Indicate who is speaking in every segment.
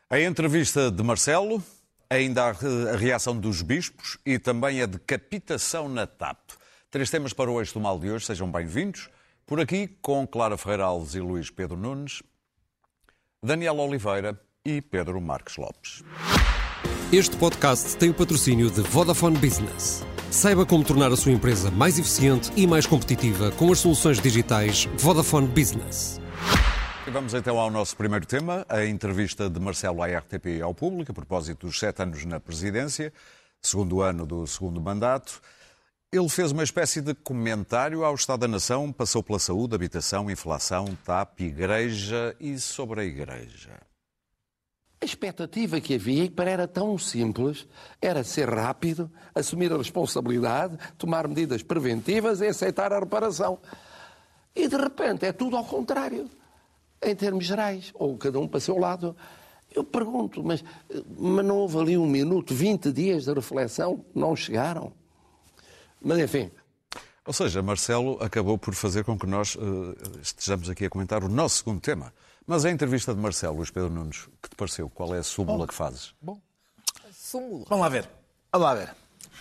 Speaker 1: A entrevista de Marcelo, ainda a reação dos bispos e também a decapitação na TAP. 3 temas para o Eixo do Mal de hoje, sejam bem-vindos. Por aqui, com Clara Ferreira Alves e Luís Pedro Nunes, Daniel Oliveira e Pedro Marques Lopes.
Speaker 2: Este podcast tem o patrocínio de Vodafone Business. Saiba como tornar a sua empresa mais eficiente e mais competitiva com as soluções digitais Vodafone Business.
Speaker 1: E vamos então ao nosso primeiro tema, a entrevista de Marcelo à RTP e ao público, a propósito dos 7 anos na presidência, segundo ano do segundo mandato. Ele fez uma espécie de comentário ao Estado da Nação, passou pela saúde, habitação, inflação, TAP, igreja e sobre a igreja.
Speaker 3: A expectativa que havia, e para era tão simples, era ser rápido, assumir a responsabilidade, tomar medidas preventivas e aceitar a reparação. E de repente é tudo ao contrário, em termos gerais, ou cada um para o seu lado. Eu pergunto, mas não houve ali 1 minuto, 20 dias de reflexão? Não chegaram? Mas enfim.
Speaker 1: Ou seja, Marcelo acabou por fazer com que nós estejamos aqui a comentar o nosso segundo tema. Mas a entrevista de Marcelo, Luís Pedro Nunes, o que te pareceu? Qual é a súmula que fazes?
Speaker 4: Bom, súmula.
Speaker 5: Vamos lá ver. Vamos lá ver.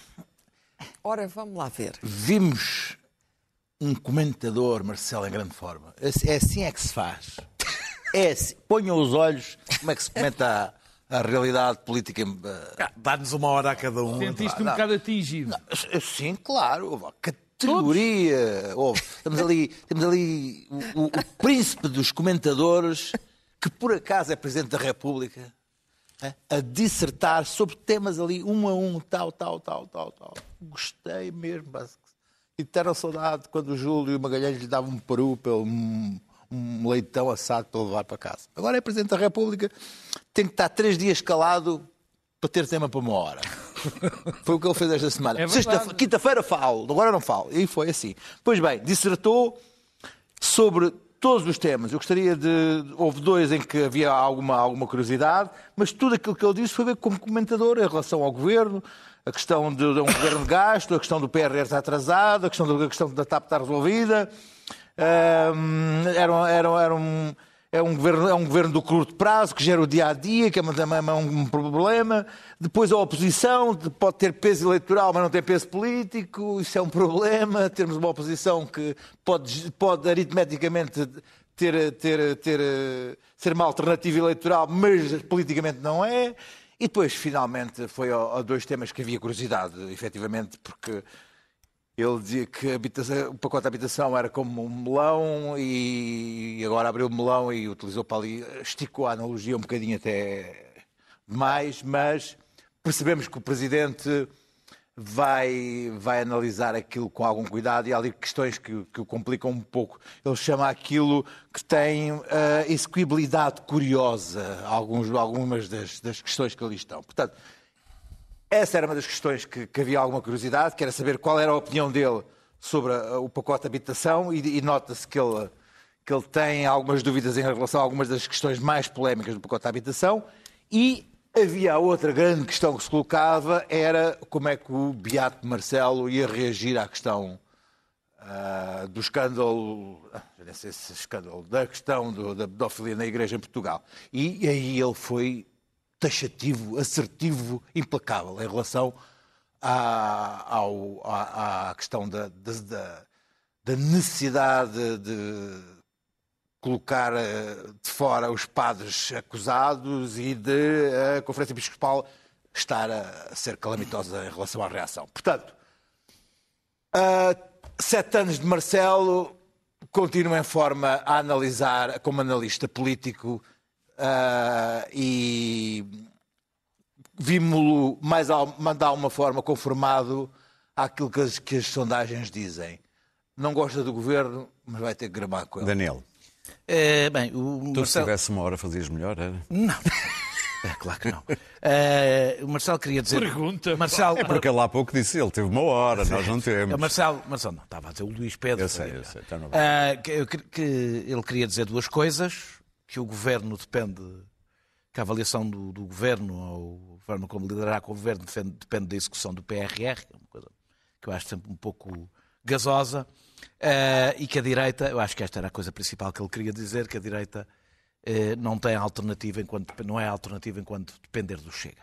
Speaker 4: Ora, vamos lá ver.
Speaker 5: Vimos um comentador, Marcelo, em grande forma. É assim é que se faz. É assim. Ponham os olhos como é que se comenta a realidade política.
Speaker 6: Dá-nos 1 hora a cada um.
Speaker 7: Sentiste um bocado atingido.
Speaker 5: Sim, claro. Categoria. Temos ali o príncipe dos comentadores, que por acaso é Presidente da República, a dissertar sobre temas ali, um a um, tal. Gostei mesmo. E terão saudade quando o Júlio Magalhães lhe dava um peru, um leitão assado para levar para casa. Agora é Presidente da República, tem que estar 3 dias calado para ter tema para 1 hora. Foi o que ele fez esta semana. Quinta-feira falo, agora não falo. E foi assim. Pois bem, dissertou sobre todos os temas. Eu gostaria de... Houve 2 em que havia alguma curiosidade, mas tudo aquilo que ele disse foi ver como comentador em relação ao governo, a questão de um governo de gasto, a questão do PRR está atrasado, a questão da TAP está resolvida. É um governo do curto prazo, que gera o dia-a-dia, que é um problema. Depois a oposição pode ter peso eleitoral, mas não tem peso político. Isso é um problema. Termos uma oposição que pode aritmeticamente ser uma alternativa eleitoral, mas politicamente não é. E depois, finalmente, foi a 2 temas que havia curiosidade, efetivamente, porque ele dizia que o pacote de habitação era como um melão e agora abriu o melão e utilizou para ali, esticou a analogia um bocadinho até demais, mas percebemos que o Presidente vai analisar aquilo com algum cuidado e há ali questões que o complicam um pouco. Ele chama aquilo que tem execuibilidade curiosa, algumas das questões que ali estão. Portanto, essa era uma das questões que havia alguma curiosidade, que era saber qual era a opinião dele sobre o pacote de habitação e nota-se que ele tem algumas dúvidas em relação a algumas das questões mais polémicas do pacote de habitação e havia a outra grande questão que se colocava, era como é que o Beato Marcelo ia reagir à questão do escândalo, não sei se escândalo, da questão da pedofilia na Igreja em Portugal. E aí ele foi taxativo, assertivo, implacável em relação à questão da necessidade de colocar de fora os padres acusados e de a Conferência Episcopal estar a ser calamitosa em relação à reação. Portanto, 7 anos de Marcelo, continuo em forma a analisar como analista político e vimos-lo mandar uma forma conformado àquilo que as sondagens dizem. Não gosta do governo, mas vai ter que gramar com ele.
Speaker 1: Daniel.
Speaker 5: Bem,
Speaker 1: Tu, se tivesse 1 hora, fazias melhor, era?
Speaker 5: Não. Claro que não. O Marcelo queria dizer...
Speaker 7: Pergunta.
Speaker 5: Marcelo...
Speaker 1: É porque ele há pouco disse, ele teve 1 hora, nós não temos.
Speaker 5: Marcelo não, estava a dizer o Luís Pedro.
Speaker 1: Eu sei. Então não
Speaker 5: que ele queria dizer 2 coisas, que o governo depende, que a avaliação do governo, ou a forma como liderar com o governo, depende da execução do PRR, que é uma coisa que eu acho sempre um pouco gasosa, e que a direita, eu acho que esta era a coisa principal que ele queria dizer, que a direita
Speaker 6: não tem alternativa não é alternativa enquanto depender do Chega.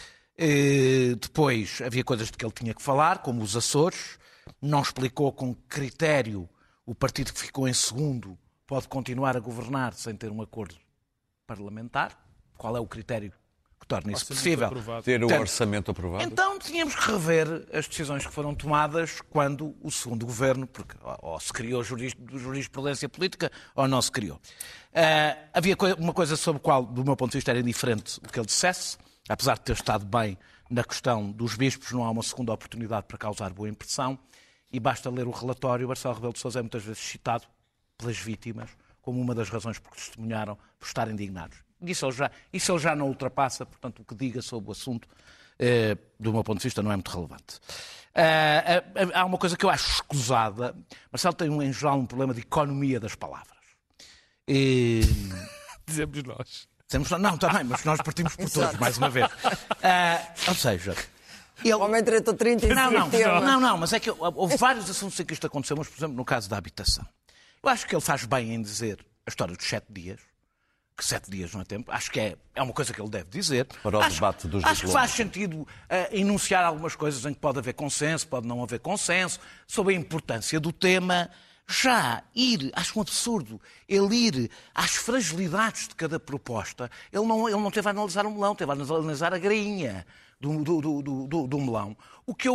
Speaker 6: Depois havia coisas de que ele tinha que falar, como os Açores, não explicou com que critério o partido que ficou em segundo pode continuar a governar sem ter um acordo parlamentar. Qual é o critério que torna isso possível?
Speaker 1: Ter o orçamento aprovado.
Speaker 6: Então tínhamos que rever as decisões que foram tomadas quando o segundo governo, porque ou se criou jurisprudência política ou não se criou. Havia uma coisa sobre a qual, do meu ponto de vista, era indiferente o que ele dissesse, apesar de ter estado bem na questão dos bispos, não há uma segunda oportunidade para causar boa impressão, e basta ler o relatório. Marcelo Rebelo de Sousa é muitas vezes citado pelas vítimas como uma das razões por que testemunharam por estar indignados. Isso ele já não ultrapassa, portanto, o que diga sobre o assunto, do meu ponto de vista, não é muito relevante. Há uma coisa que eu acho escusada. Marcelo tem, em geral, um problema de economia das palavras.
Speaker 7: Dizemos nós.
Speaker 6: Não, está bem, mas nós partimos por todos, mais uma vez. Ou seja...
Speaker 4: O homem tratou 35 temas.
Speaker 6: Não, mas é que houve vários assuntos em que isto aconteceu, mas, por exemplo, no caso da habitação. Eu acho que ele faz bem em dizer a história dos 7 dias, que 7 dias não é tempo. Acho que é uma coisa que ele deve dizer.
Speaker 1: Para o debate dos
Speaker 6: Acho que faz sentido enunciar algumas coisas em que pode haver consenso, pode não haver consenso, sobre a importância do tema. Acho um absurdo ele ir às fragilidades de cada proposta. Ele não teve a analisar o melão, teve a analisar a grainha do melão. O que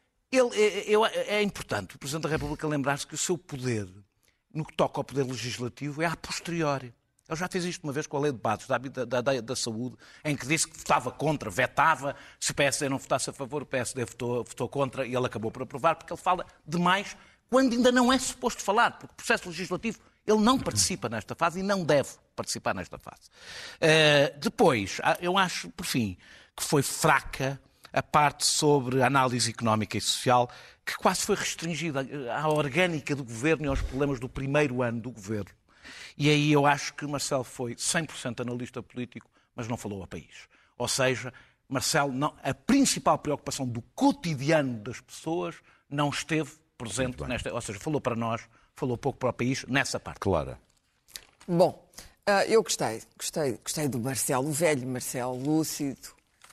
Speaker 6: é importante o Presidente da República lembrar-se que o seu poder, no que toca ao poder legislativo, é a posteriori. Ele já fez isto uma vez com a Lei de Bases da Saúde, em que disse que votava contra, vetava. Se o PSD não votasse a favor, o PSD votou contra, e ele acabou por aprovar, porque ele fala demais quando ainda não é suposto falar, porque o processo legislativo ele não participa nesta fase e não deve participar nesta fase. Depois, eu acho, por fim, que foi fraca a parte sobre a análise económica e social, que quase foi restringida à orgânica do governo e aos problemas do primeiro ano do governo. E aí eu acho que Marcelo foi 100% analista político, mas não falou ao país. Ou seja, Marcelo, a principal preocupação do cotidiano das pessoas não esteve presente nesta... Ou seja, falou para nós, falou pouco para o país nessa parte.
Speaker 1: Clara.
Speaker 4: Bom, eu gostei do Marcelo, o velho Marcelo, lúcido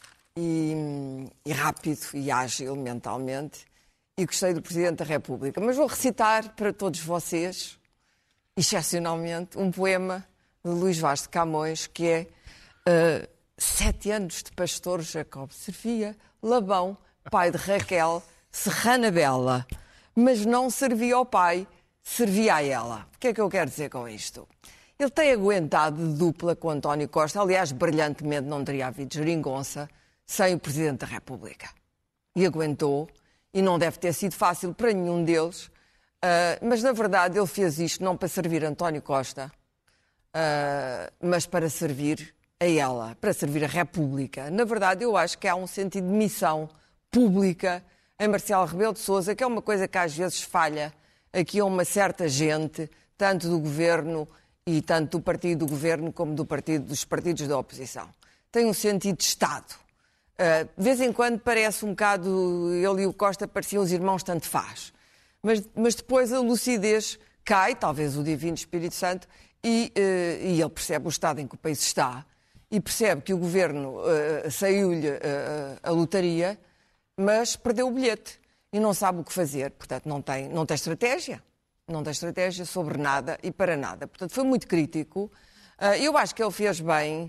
Speaker 4: e rápido e ágil mentalmente, e gostei do Presidente da República. Mas vou recitar para todos vocês, excepcionalmente, um poema de Luís Vaz de Camões, que é 7 anos de pastor Jacob servia, Labão, pai de Raquel, serrana bela, mas não servia ao pai, servia a ela. O que é que eu quero dizer com isto? Ele tem aguentado de dupla com António Costa, aliás, brilhantemente não teria havido geringonça sem o Presidente da República. E aguentou, e não deve ter sido fácil para nenhum deles, mas na verdade ele fez isto não para servir António Costa, mas para servir a ela, para servir a República. Na verdade, eu acho que há um sentido de missão pública em Marcelo Rebelo de Sousa, que é uma coisa que às vezes falha aqui a uma certa gente, tanto do governo e tanto do partido do governo como dos partidos da oposição. Tem um sentido de Estado. De vez em quando parece um bocado, ele e o Costa pareciam os irmãos tanto faz. Mas depois a lucidez cai, talvez o Divino Espírito Santo, e ele percebe o estado em que o país está e percebe que o governo saiu-lhe a lotaria, mas perdeu o bilhete e não sabe o que fazer. Portanto, não tem estratégia. Não tem estratégia sobre nada e para nada. Portanto, foi muito crítico. Eu acho que ele fez bem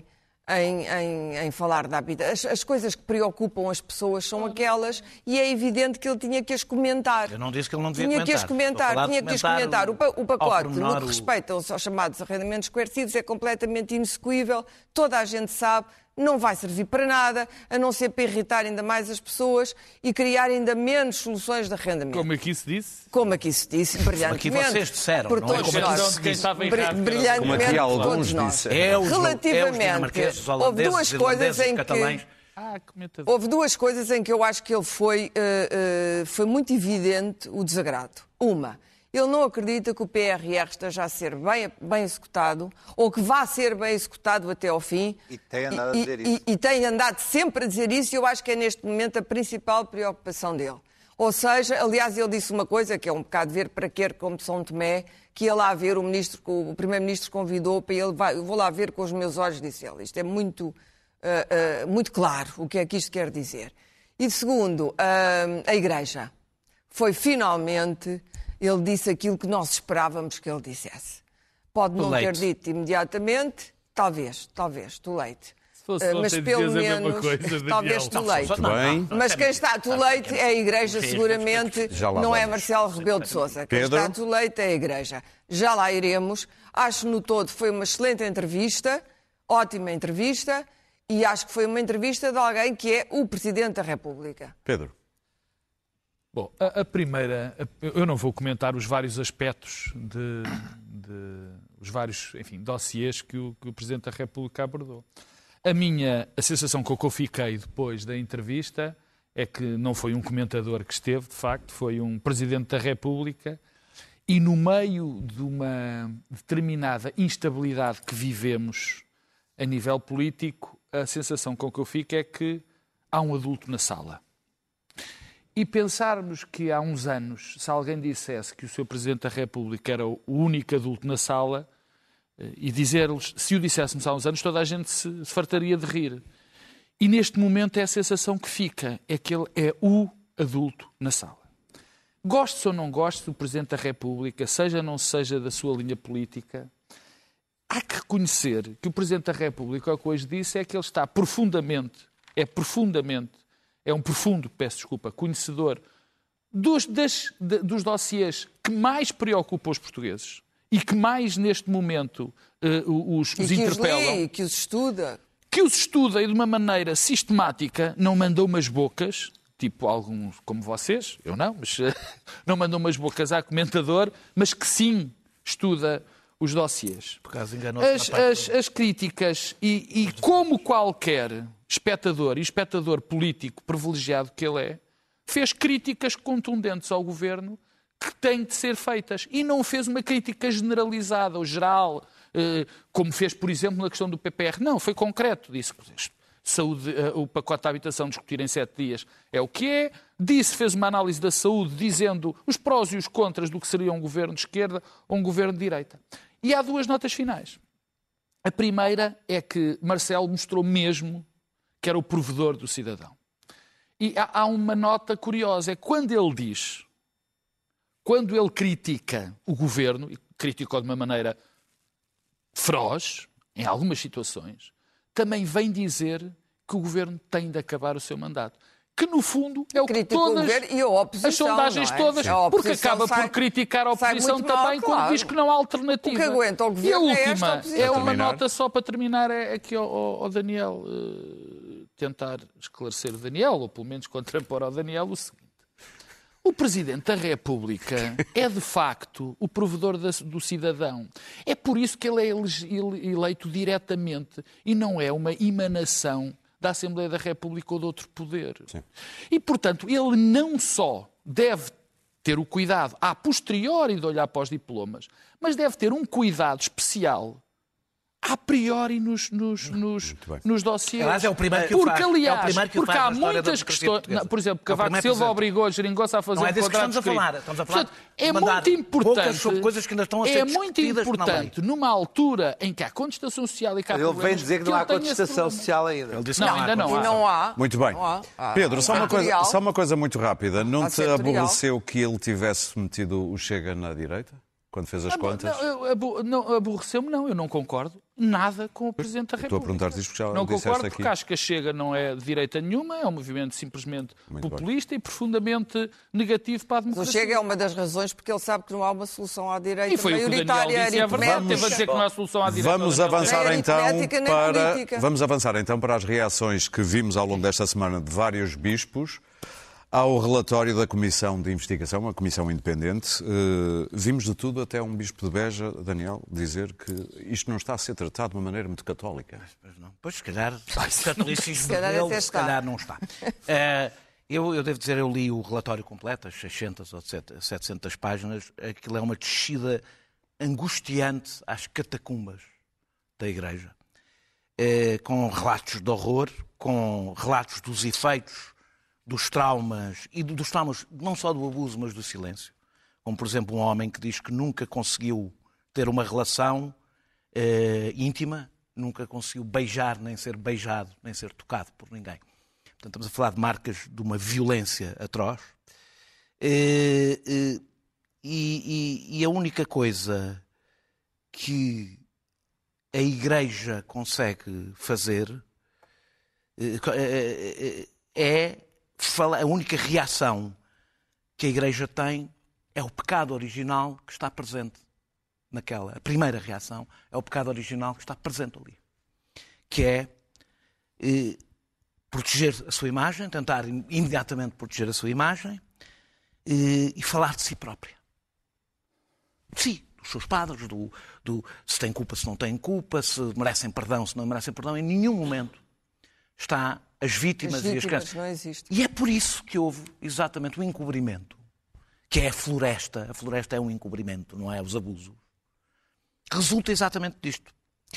Speaker 4: em falar da habitação. As coisas que preocupam as pessoas são aquelas, e é evidente que ele tinha que as comentar.
Speaker 6: Eu não disse que ele não devia comentar.
Speaker 4: Tinha que as comentar. O pacote, no que respeita aos chamados arrendamentos coercidos, é completamente inexecuível. Toda a gente sabe. Não vai servir para nada, a não ser para irritar ainda mais as pessoas e criar ainda menos soluções de arrendamento.
Speaker 7: Como aqui se disse?
Speaker 4: Como aqui se disse, brilhantemente.
Speaker 6: Como aqui vocês disseram,
Speaker 4: por
Speaker 6: não é?
Speaker 4: todos nós.
Speaker 1: Como
Speaker 4: Brilhantemente
Speaker 1: aqui
Speaker 4: por
Speaker 1: alguns
Speaker 4: todos nós.
Speaker 1: disseram.
Speaker 4: Relativamente, houve duas coisas em que... Houve duas coisas em que eu acho que ele foi muito evidente o desagrado. Uma, ele não acredita que o PRR esteja a ser bem executado, ou que vá ser bem executado até ao fim.
Speaker 5: E tem andado a dizer isso.
Speaker 4: E tem andado sempre a dizer isso, e eu acho que é neste momento a principal preocupação dele. Ou seja, aliás, ele disse uma coisa que é um bocado ver para quer como São Tomé, que ia lá ver o Primeiro-Ministro convidou para ele, eu vou lá ver com os meus olhos, disse ele. Isto é muito claro o que é que isto quer dizer. E segundo, a Igreja. Foi finalmente, ele disse aquilo que nós esperávamos que ele dissesse. Pode não ter dito imediatamente, talvez, too late. Mas pelo menos, talvez too late. Mas quem está too late é a Igreja, seguramente, não é Marcelo Rebelo de Sousa. Quem está too late é a Igreja. Já lá iremos. Acho no todo foi uma excelente entrevista, ótima entrevista, e acho que foi uma entrevista de alguém que é o Presidente da República.
Speaker 1: Pedro.
Speaker 7: Bom, a primeira, eu não vou comentar os vários aspectos os vários, enfim, dossiês que o Presidente da República abordou. A sensação com que eu fiquei depois da entrevista é que não foi um comentador que esteve, de facto, foi um Presidente da República, e no meio de uma determinada instabilidade que vivemos a nível político, a sensação com que eu fico é que há um adulto na sala. E pensarmos que há uns anos, se alguém dissesse que o Sr. Presidente da República era o único adulto na sala, e dizer-lhes, se o disséssemos há uns anos, toda a gente se fartaria de rir. E neste momento é a sensação que fica, é que ele é o adulto na sala. Goste ou não goste do Presidente da República, seja ou não seja da sua linha política, há que reconhecer que o Presidente da República, o que hoje disse, é que ele está é um profundo, conhecedor dos dossiês que mais preocupam os portugueses e que mais neste momento os interpelam.
Speaker 4: E que os estuda.
Speaker 7: Que os estuda e de uma maneira sistemática, não mandou umas bocas, tipo alguns como vocês, eu não, mas não mandou umas bocas a comentador, mas que sim estuda os dossiês.
Speaker 6: Por acaso enganou-se
Speaker 7: as críticas e como qualquer espectador político privilegiado que ele é, fez críticas contundentes ao governo que têm de ser feitas. E não fez uma crítica generalizada ou geral, como fez, por exemplo, na questão do PPR. Não, foi concreto. Disse que saúde, o pacote de habitação discutir em 7 dias é o que é. Fez uma análise da saúde dizendo os prós e os contras do que seria um governo de esquerda ou um governo de direita. E há 2 notas finais. A primeira é que Marcelo mostrou mesmo que era o provedor do cidadão. E há uma nota curiosa, é quando ele critica o governo, e criticou de uma maneira feroz, em algumas situações, também vem dizer que o governo tem de acabar o seu mandato. Que, no fundo, é o que todas as sondagens todas, porque acaba por criticar a oposição também, quando diz que não há alternativa.
Speaker 4: O que aguenta o governo
Speaker 7: e a última,
Speaker 4: é
Speaker 7: uma nota só para terminar, é aqui ao Daniel, tentar esclarecer o Daniel, ou pelo menos contrapor ao Daniel o seguinte. O Presidente da República é, de facto, o provedor do cidadão. É por isso que ele é eleito diretamente e não é uma emanação da Assembleia da República ou de outro poder. Sim. E, portanto, ele não só deve ter o cuidado a posteriori de olhar para os diplomas, mas deve ter um cuidado especial a priori nos dossiês.
Speaker 6: Aliás, é o primeiro que
Speaker 7: porque,
Speaker 6: faz.
Speaker 7: Aliás, porque há muitas questões. Por exemplo, Cavaco Silva obrigou a Geringonça a fazer
Speaker 6: um quadrado. Não é disso que
Speaker 7: estamos a falar. É muito importante.
Speaker 6: Sobre coisas que ainda estão a ser
Speaker 7: importante, numa altura em que há contestação social e que há
Speaker 5: problemas... Ele vem dizer que não há contestação social ainda.
Speaker 6: Ele disse
Speaker 7: não, ainda não há.
Speaker 4: Não há.
Speaker 1: Muito bem. Pedro, só uma coisa muito rápida. Não te aborreceu que ele tivesse metido o Chega na direita? Quando fez as contas?
Speaker 7: Não, aborreceu-me, não. Eu não concordo nada com o Presidente da República.
Speaker 1: Estou a perguntar-te isto porque já
Speaker 7: não concordo
Speaker 1: aqui.
Speaker 7: Porque acho que a Chega não é de direita nenhuma, é um movimento simplesmente muito populista e profundamente negativo para a democracia.
Speaker 4: O Chega é uma das razões porque ele sabe que não há uma solução à direita
Speaker 7: e foi
Speaker 4: maioritária.
Speaker 7: O que o Daniel disse, é verdade. Teve a dizer que não há solução à direita.
Speaker 1: Vamos avançar então para as reações que vimos ao longo desta semana de vários bispos ao relatório da Comissão de Investigação, uma comissão independente. Vimos de tudo, até um bispo de Beja, Daniel, dizer que isto não está a ser tratado de uma maneira muito católica.
Speaker 6: Pois, se calhar, o catolicismo dele, se calhar não está. Eu devo dizer, eu li o relatório completo, as 600 ou 700 páginas, aquilo é uma descida angustiante às catacumbas da Igreja, com relatos de horror, com relatos dos efeitos dos traumas, e dos traumas não só do abuso, mas do silêncio. como por exemplo um homem que diz que nunca conseguiu ter uma relação íntima, nunca conseguiu beijar, nem ser beijado, nem ser tocado por ninguém. Portanto, estamos a falar de marcas de uma violência atroz. E a única coisa que a Igreja consegue fazer a única reação que a Igreja tem é o pecado original que está presente naquela. A primeira reação é o pecado original que está presente ali, que é proteger a sua imagem, tentar imediatamente proteger a sua imagem e falar de si própria. De si, dos seus padres, se têm culpa, se não têm culpa, se merecem perdão, se não merecem perdão. Em nenhum momento está as vítimas e as crianças.
Speaker 4: Não existe.
Speaker 6: E é por isso que houve exatamente o encobrimento, que é a floresta. A floresta é um encobrimento, não é? Os abusos. Resulta exatamente disto.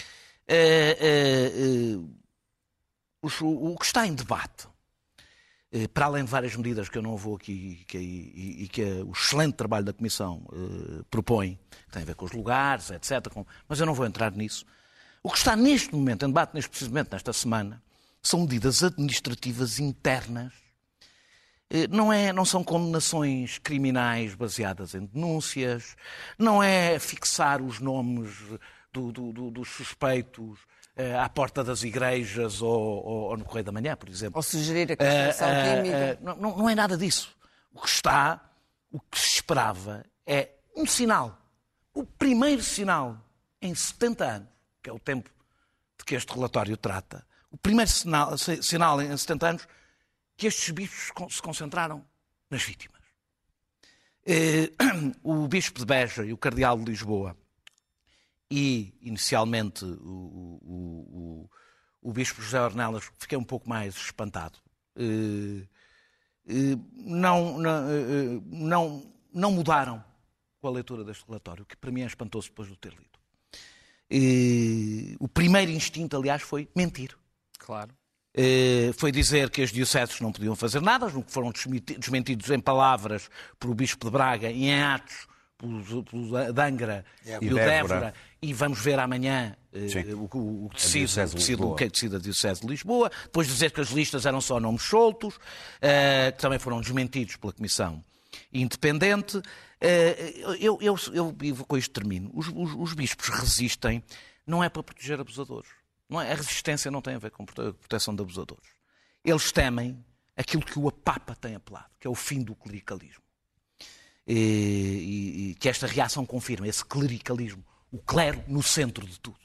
Speaker 6: O que está em debate, para além de várias medidas que eu não vou aqui e que o excelente trabalho da Comissão propõe, que tem a ver com os lugares, etc., mas eu não vou entrar nisso. O que está neste momento em debate, precisamente nesta semana, são medidas administrativas internas. Não são condenações criminais baseadas em denúncias, não é fixar os nomes dos suspeitos à porta das igrejas ou no Correio da Manhã, por exemplo.
Speaker 4: Ou sugerir a castração química.
Speaker 6: Não é nada disso. O que se esperava é um sinal. O primeiro sinal em 70 anos, que é o tempo de que este relatório trata, o primeiro sinal em 70 anos que estes bispos se concentraram nas vítimas. O bispo de Beja e o cardeal de Lisboa e, inicialmente, o bispo José Ornelas, fiquei um pouco mais espantado, não mudaram com a leitura deste relatório, que para mim é espantoso depois de o ter lido. O primeiro instinto, aliás, foi mentir.
Speaker 7: Claro.
Speaker 6: Foi dizer que as dioceses não podiam fazer nada, foram desmentidos em palavras por o bispo de Braga e em atos pelo Dangra e o Débora, e vamos ver amanhã o que decide a Diocese de Lisboa. Depois dizer que as listas eram só nomes soltos, que também foram desmentidos pela Comissão Independente. Eu com isto termino. Os bispos resistem, não é para proteger abusadores. Não é? A resistência não tem a ver com proteção de abusadores. Eles temem aquilo que o Papa tem apelado, que é o fim do clericalismo. E que esta reação confirma esse clericalismo, o clero no centro de tudo.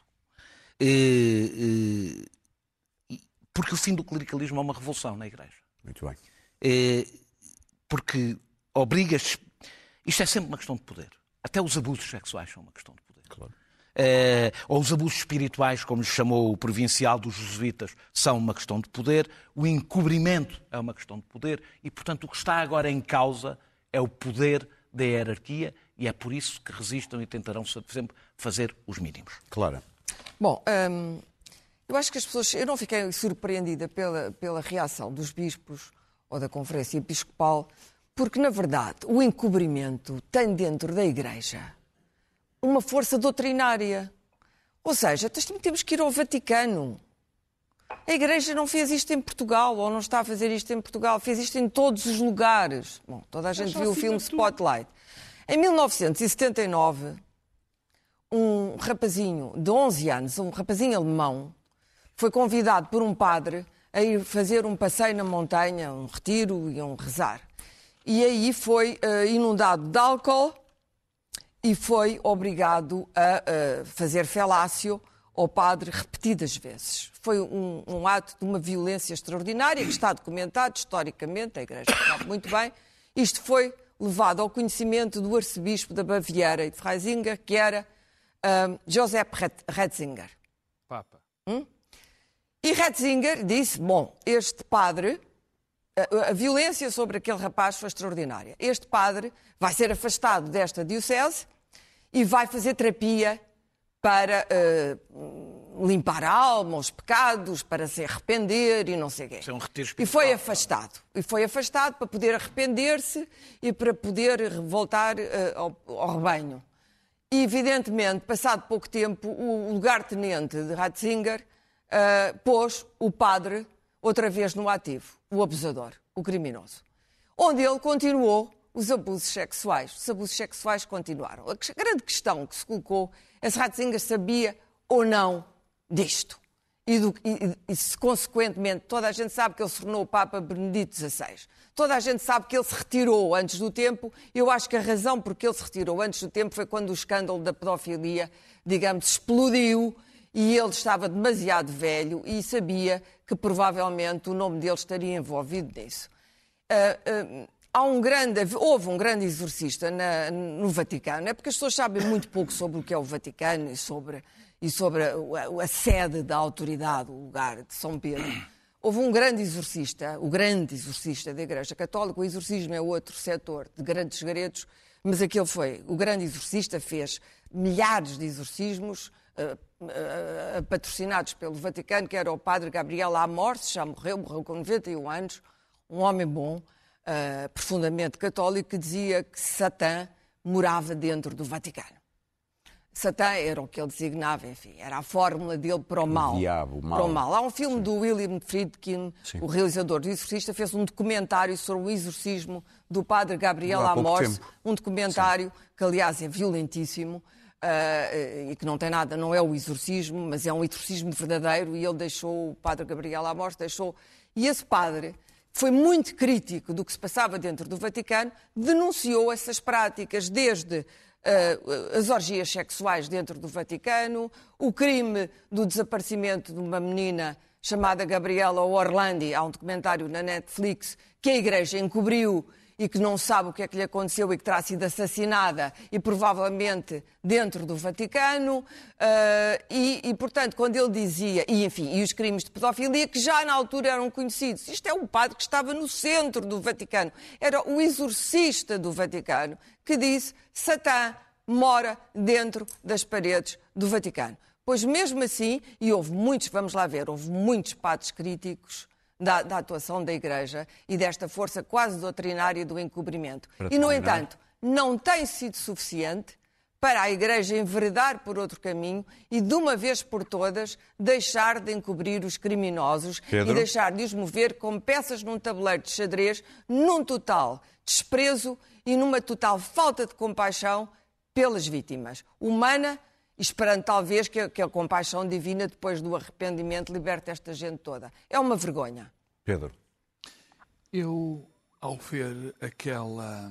Speaker 6: Porque o fim do clericalismo é uma revolução na Igreja.
Speaker 1: Muito bem.
Speaker 6: Porque obrigas... Isto é sempre uma questão de poder. Até os abusos sexuais são uma questão de poder.
Speaker 1: Claro.
Speaker 6: Ou os abusos espirituais, como lhe chamou o provincial dos jesuítas, são uma questão de poder. O encobrimento é uma questão de poder. E, portanto, o que está agora em causa é o poder da hierarquia, e é por isso que resistam e tentarão sempre fazer os mínimos.
Speaker 1: Claro.
Speaker 4: Bom, eu acho que as pessoas... Eu não fiquei surpreendida pela reação dos bispos ou da Conferência Episcopal, porque, na verdade, o encobrimento tem dentro da Igreja uma força doutrinária. Ou seja, temos que ir ao Vaticano. A Igreja não fez isto em Portugal, ou não está a fazer isto em Portugal, fez isto em todos os lugares. Bom, toda a gente viu o filme Spotlight. Em 1979, um rapazinho de 11 anos, um rapazinho alemão, foi convidado por um padre a ir fazer um passeio na montanha, um retiro e um rezar. E aí foi inundado de álcool e foi obrigado a fazer felácio ao padre repetidas vezes. Foi um ato de uma violência extraordinária que está documentado historicamente, a Igreja sabe muito bem. Isto foi levado ao conhecimento do arcebispo da Baviera e de Freisinger, que era Joseph Ratzinger.
Speaker 7: Papa.
Speaker 4: E Ratzinger disse, bom, este padre, a violência sobre aquele rapaz foi extraordinária. Este padre vai ser afastado desta diocese e vai fazer terapia para limpar a alma, os pecados, para se arrepender e não sei o quê.
Speaker 6: Isso é um retiro
Speaker 4: E foi afastado. E foi afastado para poder arrepender-se e para poder voltar ao rebanho. E, evidentemente, passado pouco tempo, o lugar-tenente de Ratzinger pôs o padre outra vez no ativo, o abusador, o criminoso. Onde ele continuou os abusos sexuais. Os abusos sexuais continuaram. A grande questão que se colocou é se Ratzinger sabia ou não disto. E se, consequentemente, toda a gente sabe que ele se tornou o Papa Benedito XVI. Toda a gente sabe que ele se retirou antes do tempo. Eu acho que a razão por que ele se retirou antes do tempo foi quando o escândalo da pedofilia, digamos, explodiu e ele estava demasiado velho e sabia que provavelmente o nome dele estaria envolvido nisso. Houve um grande exorcista no Vaticano. É porque as pessoas sabem muito pouco sobre o que é o Vaticano e sobre a sede da autoridade, o lugar de São Pedro. Houve um grande exorcista, o grande exorcista da Igreja Católica. O exorcismo é outro setor de grandes segredos, mas aquele foi. O grande exorcista fez milhares de exorcismos patrocinados pelo Vaticano, que era o padre Gabriel Amorce, já morreu com 91 anos, um homem bom, profundamente católico, que dizia que Satã morava dentro do Vaticano. Satã era o que ele designava, enfim, era a fórmula dele para o mal.
Speaker 1: O diabo, o mal.
Speaker 4: Para o mal. Há um filme do William Friedkin, o realizador do Exorcista, fez um documentário sobre o exorcismo do padre Gabriel Amorce, um documentário que, aliás, é violentíssimo e que não tem nada, não é o exorcismo, mas é um exorcismo verdadeiro, e ele deixou, o padre Gabriel Amorce deixou, e esse padre foi muito crítico do que se passava dentro do Vaticano, denunciou essas práticas, desde as orgias sexuais dentro do Vaticano, o crime do desaparecimento de uma menina chamada Gabriela Orlandi. Há um documentário na Netflix que a Igreja encobriu e que não sabe o que é que lhe aconteceu e que terá sido assassinada, e provavelmente dentro do Vaticano. Portanto, quando ele dizia, e os crimes de pedofilia, que já na altura eram conhecidos. Isto é um padre que estava no centro do Vaticano. Era o exorcista do Vaticano que disse: Satã mora dentro das paredes do Vaticano. Pois mesmo assim, e houve muitos padres críticos da atuação da Igreja e desta força quase doutrinária do encobrimento. E, no entanto, não tem sido suficiente para a Igreja enveredar por outro caminho e, de uma vez por todas, deixar de encobrir os criminosos, Pedro, e deixar de os mover como peças num tabuleiro de xadrez, num total desprezo e numa total falta de compaixão pelas vítimas. Humana, esperando talvez que a compaixão divina, depois do arrependimento, liberte esta gente toda. É uma vergonha.
Speaker 1: Pedro.
Speaker 7: Eu, ao ver aquela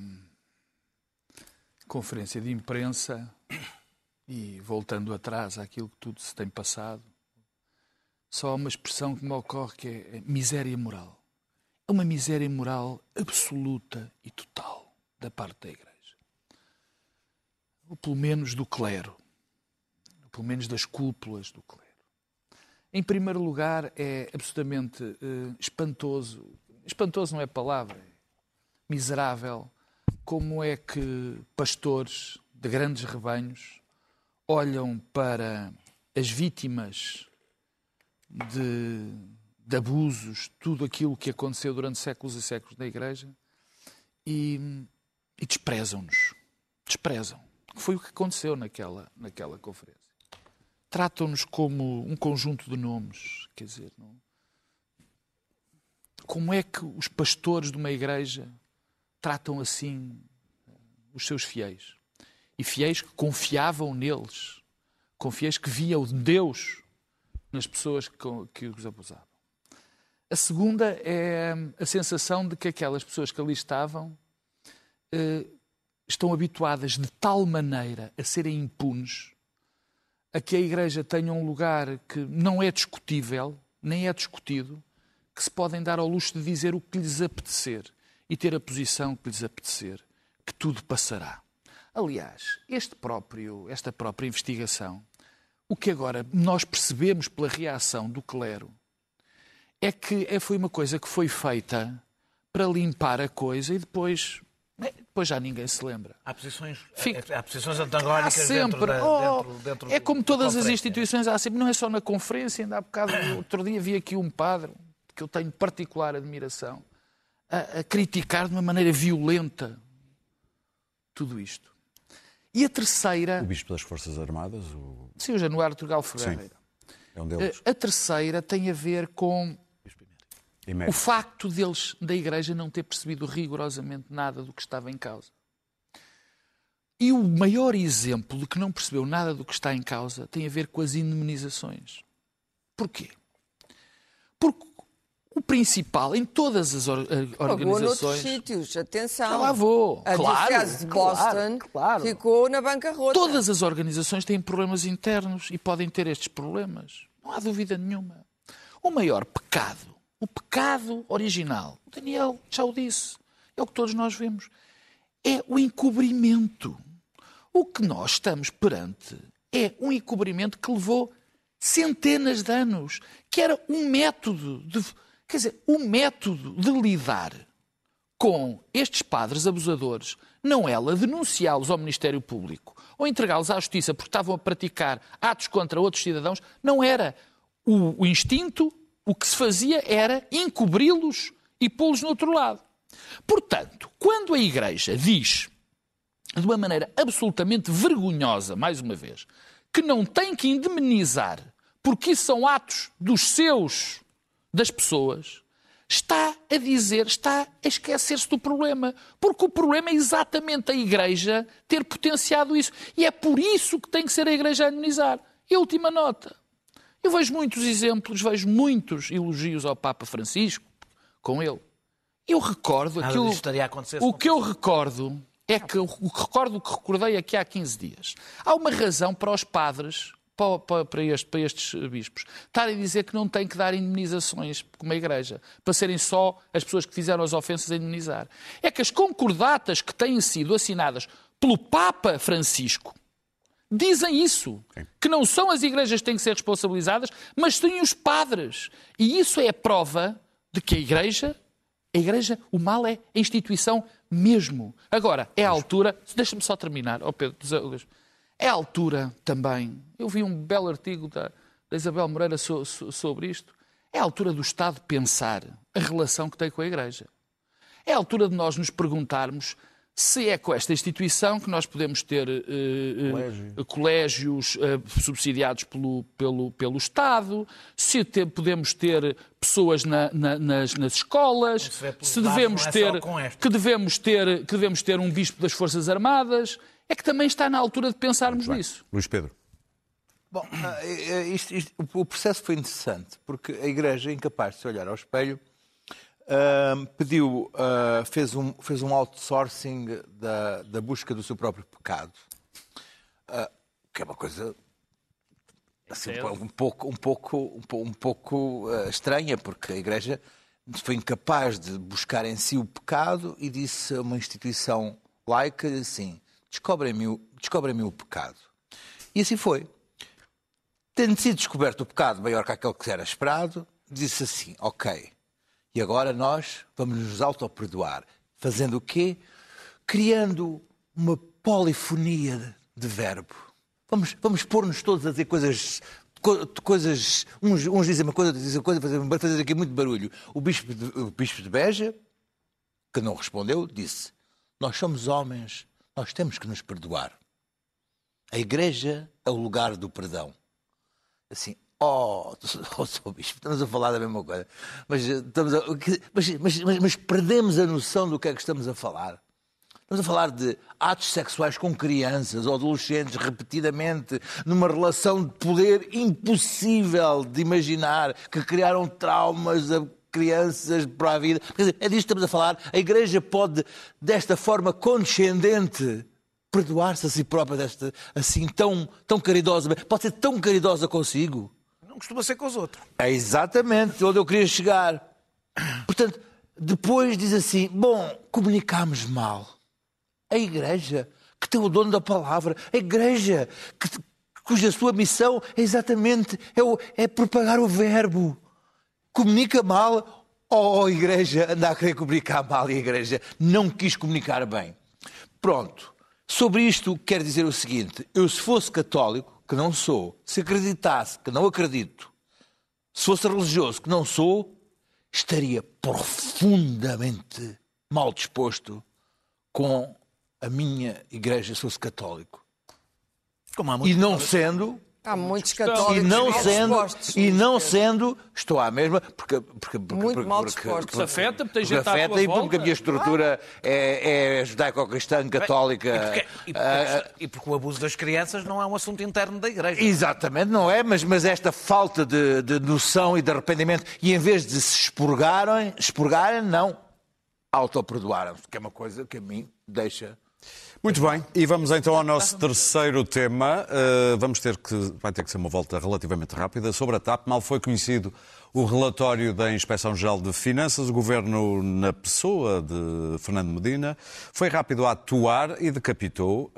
Speaker 7: conferência de imprensa e voltando atrás àquilo que tudo se tem passado, só há uma expressão que me ocorre, que é miséria moral. É uma miséria moral absoluta e total da parte da Igreja. Ou pelo menos do clero. Pelo menos das cúpulas do clero. Em primeiro lugar, é absolutamente espantoso. Espantoso não é palavra. É miserável. Como é que pastores de grandes rebanhos olham para as vítimas de abusos, tudo aquilo que aconteceu durante séculos e séculos na Igreja, e desprezam-nos. Desprezam. Foi o que aconteceu naquela conferência. Tratam-nos como um conjunto de nomes. Quer dizer, não? Como é que os pastores de uma igreja tratam assim os seus fiéis? E fiéis que confiavam neles. Com fiéis que viam Deus nas pessoas que os abusavam. A segunda é a sensação de que aquelas pessoas que ali estavam estão habituadas de tal maneira a serem impunes, a que a Igreja tenha um lugar que não é discutível, nem é discutido, que se podem dar ao luxo de dizer o que lhes apetecer e ter a posição que lhes apetecer, que tudo passará. Aliás, esta própria investigação, o que agora nós percebemos pela reação do clero, é que foi uma coisa que foi feita para limpar a coisa e depois, Depois já ninguém se lembra.
Speaker 6: Há posições antagónicas
Speaker 7: sempre.
Speaker 6: dentro
Speaker 7: é como todas as
Speaker 6: conferência.
Speaker 7: instituições, há sempre. Não é só na conferência, ainda há bocado, outro dia vi aqui um padre, que eu tenho particular admiração, a criticar de uma maneira violenta tudo isto. E a terceira...
Speaker 1: O Bispo das Forças Armadas?
Speaker 7: Sim, o Januário Turgal Ferreira.
Speaker 1: Sim, é um deles.
Speaker 7: A terceira tem a ver com o facto da Igreja não ter percebido rigorosamente nada do que estava em causa. E o maior exemplo de que não percebeu nada do que está em causa tem a ver com as indemnizações. Porquê? Porque o principal, em todas as organizações...
Speaker 4: Pagou noutros sítios, atenção.
Speaker 7: Já lá vou.
Speaker 4: A Diocese de Boston ficou na bancarrota.
Speaker 7: Todas as organizações têm problemas internos e podem ter estes problemas. Não há dúvida nenhuma. O maior pecado, o pecado original, o Daniel já o disse, é o que todos nós vemos, é o encobrimento. O que nós estamos perante é um encobrimento que levou centenas de anos, que era um método de lidar com estes padres abusadores, não ela denunciá-los ao Ministério Público ou entregá-los à Justiça porque estavam a praticar atos contra outros cidadãos, não era o instinto, o que se fazia era encobri-los e pô-los no outro lado. Portanto, quando a Igreja diz, de uma maneira absolutamente vergonhosa, mais uma vez, que não tem que indemnizar porque isso são atos das pessoas, está a dizer, está a esquecer-se do problema. Porque o problema é exatamente a Igreja ter potenciado isso. E é por isso que tem que ser a Igreja a indemnizar. E a última nota. Eu vejo muitos exemplos, vejo muitos elogios ao Papa Francisco com ele. Eu recordo aquilo... O que eu recordo é que o que recordei aqui há 15 dias. Há uma razão para os padres... Para estes bispos, estarem a dizer que não têm que dar indemnizações como a Igreja, para serem só as pessoas que fizeram as ofensas a indemnizar. É que as concordatas que têm sido assinadas pelo Papa Francisco dizem isso, que não são as igrejas que têm que ser responsabilizadas, mas sim os padres. E isso é a prova de que a Igreja, o mal é a instituição mesmo. Agora, é a altura... Deixa-me só terminar, Pedro. É a altura também, eu vi um belo artigo da Isabel Moreira sobre isto, é a altura do Estado pensar a relação que tem com a Igreja. É a altura de nós nos perguntarmos se é com esta instituição que nós podemos ter colégios subsidiados pelo Estado, se podemos ter pessoas nas escolas, se devemos ter um bispo das Forças Armadas... É que também está na altura de pensarmos nisso.
Speaker 1: Luís Pedro.
Speaker 5: Bom, o processo foi interessante, porque a Igreja, incapaz de se olhar ao espelho, fez um outsourcing da busca do seu próprio pecado. Que é uma coisa assim, um pouco estranha, porque a Igreja foi incapaz de buscar em si o pecado e disse a uma instituição laica assim... Descobrem-me o pecado. E assim foi. Tendo sido descoberto o pecado maior que aquele que era esperado, disse assim, ok, e agora nós vamos nos autoperdoar. Fazendo o quê? Criando uma polifonia de verbo. Vamos pôr-nos todos a dizer coisas uns dizem uma coisa, outros dizem outra coisa, fazer aqui muito barulho. O bispo de Beja, que não respondeu, disse, nós somos homens, nós temos que nos perdoar. A Igreja é o lugar do perdão. Assim, Sr. Bispo, estamos a falar da mesma coisa, mas perdemos a noção do que é que estamos a falar. Estamos a falar de atos sexuais com crianças ou adolescentes repetidamente, numa relação de poder impossível de imaginar, que criaram traumas a crianças para a vida. Quer dizer, é disto que estamos a falar. A Igreja pode, desta forma condescendente, perdoar-se a si própria, assim tão caridosa. Pode ser tão caridosa consigo.
Speaker 6: Não costuma ser com os outros.
Speaker 5: É exatamente onde eu queria chegar. Portanto, depois diz assim, comunicámos mal. A Igreja, que tem o dono da palavra, a Igreja, cuja sua missão é exatamente propagar o verbo. Comunica mal ou a Igreja anda a querer comunicar mal e a Igreja não quis comunicar bem. Pronto. Sobre isto, quero dizer o seguinte. Eu, se fosse católico, que não sou, se acreditasse, que não acredito, se fosse religioso, que não sou, estaria profundamente mal disposto com a minha Igreja, se fosse católico. E não sendo...
Speaker 4: Há muitos católicos
Speaker 5: E não sendo, estou à mesma, porque
Speaker 4: muito mal dispostos.
Speaker 7: Porque afeta, tem gente à tua
Speaker 5: e
Speaker 7: volta.
Speaker 5: porque a minha estrutura é judaico-cristã, católica.
Speaker 6: E porque o abuso das crianças não é um assunto interno da Igreja.
Speaker 5: Exatamente, não é? Mas esta falta de noção e de arrependimento, e em vez de se expurgarem, não, autoperdoaram-se, que é uma coisa que a mim deixa...
Speaker 1: Muito bem, e vamos então ao nosso terceiro tema. Vai ter que ser uma volta relativamente rápida. Sobre a TAP, mal foi conhecido o relatório da Inspeção-Geral de Finanças, o Governo, na pessoa de Fernando Medina, foi rápido a atuar e decapitou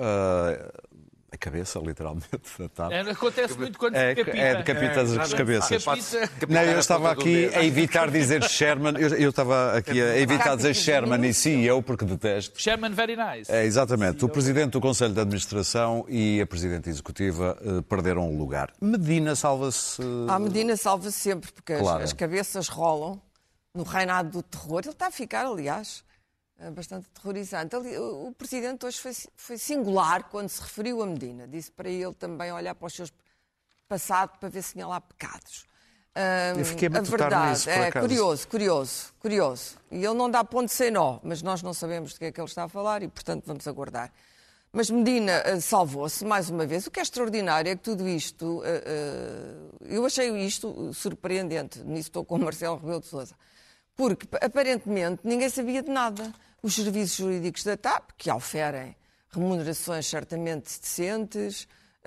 Speaker 1: a cabeça, literalmente, da TAP.
Speaker 7: Acontece muito quando se decapita.
Speaker 1: Decapita as cabeças. Não, eu estava aqui a evitar dizer Sherman, eu estava aqui a evitar dizer Sherman e CEO, porque detesto.
Speaker 7: Sherman, very nice.
Speaker 1: Exatamente. O Presidente do Conselho de Administração e a Presidente Executiva perderam o lugar. Medina salva-se...
Speaker 4: Medina salva-se sempre, porque
Speaker 1: Claro.
Speaker 4: as cabeças rolam no reinado do terror. Ele está a ficar, aliás... bastante aterrorizante. O Presidente hoje foi singular quando se referiu a Medina. Disse para ele também olhar para os seus passados para ver se tinha lá pecados.
Speaker 1: Eu fiquei a
Speaker 4: A
Speaker 1: matutar
Speaker 4: verdade
Speaker 1: nisso, por acaso.
Speaker 4: curioso. E ele não dá ponto sem nó, mas nós não sabemos de que é que ele está a falar e, portanto, vamos aguardar. Mas Medina salvou-se, mais uma vez. O que é extraordinário é que tudo isto... eu achei isto surpreendente. Nisso estou com o Marcelo Rebelo de Sousa. Porque, aparentemente, ninguém sabia de nada. Os serviços jurídicos da TAP, que oferem remunerações certamente decentes,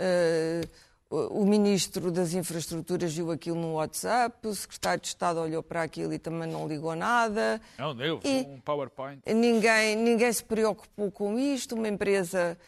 Speaker 4: o Ministro das Infraestruturas viu aquilo no WhatsApp, o Secretário de Estado olhou para aquilo e também não ligou nada.
Speaker 7: Não deu, um PowerPoint.
Speaker 4: Ninguém se preocupou com isto, uma empresa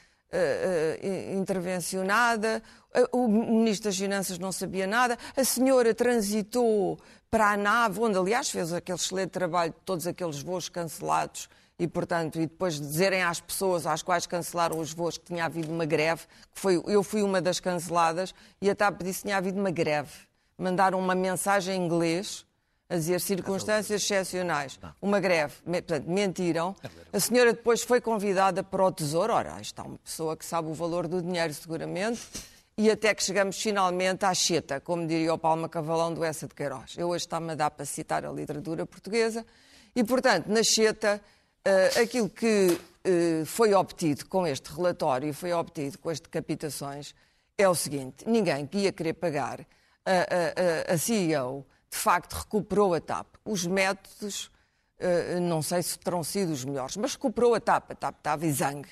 Speaker 4: intervencionada, o Ministro das Finanças não sabia nada, a senhora transitou para a nave, onde aliás fez aquele excelente trabalho de todos aqueles voos cancelados e, portanto, e depois dizerem às pessoas às quais cancelaram os voos que tinha havido uma greve, eu fui uma das canceladas e a TAP disse que tinha havido uma greve. Mandaram uma mensagem em inglês a dizer circunstâncias excepcionais. Uma greve. Portanto, mentiram. A senhora depois foi convidada para o Tesouro. Ora, aí está uma pessoa que sabe o valor do dinheiro, seguramente. E até que chegamos finalmente à cheta, como diria o Palma Cavalão do Essa de Queiroz. Eu hoje está-me a dar para citar a literatura portuguesa. E, portanto, na cheta, aquilo que foi obtido com este relatório e foi obtido com as decapitações é o seguinte. Ninguém que ia querer pagar a CEO, de facto, recuperou a TAP. Os métodos, não sei se terão sido os melhores, mas recuperou a TAP. A TAP estava exangue.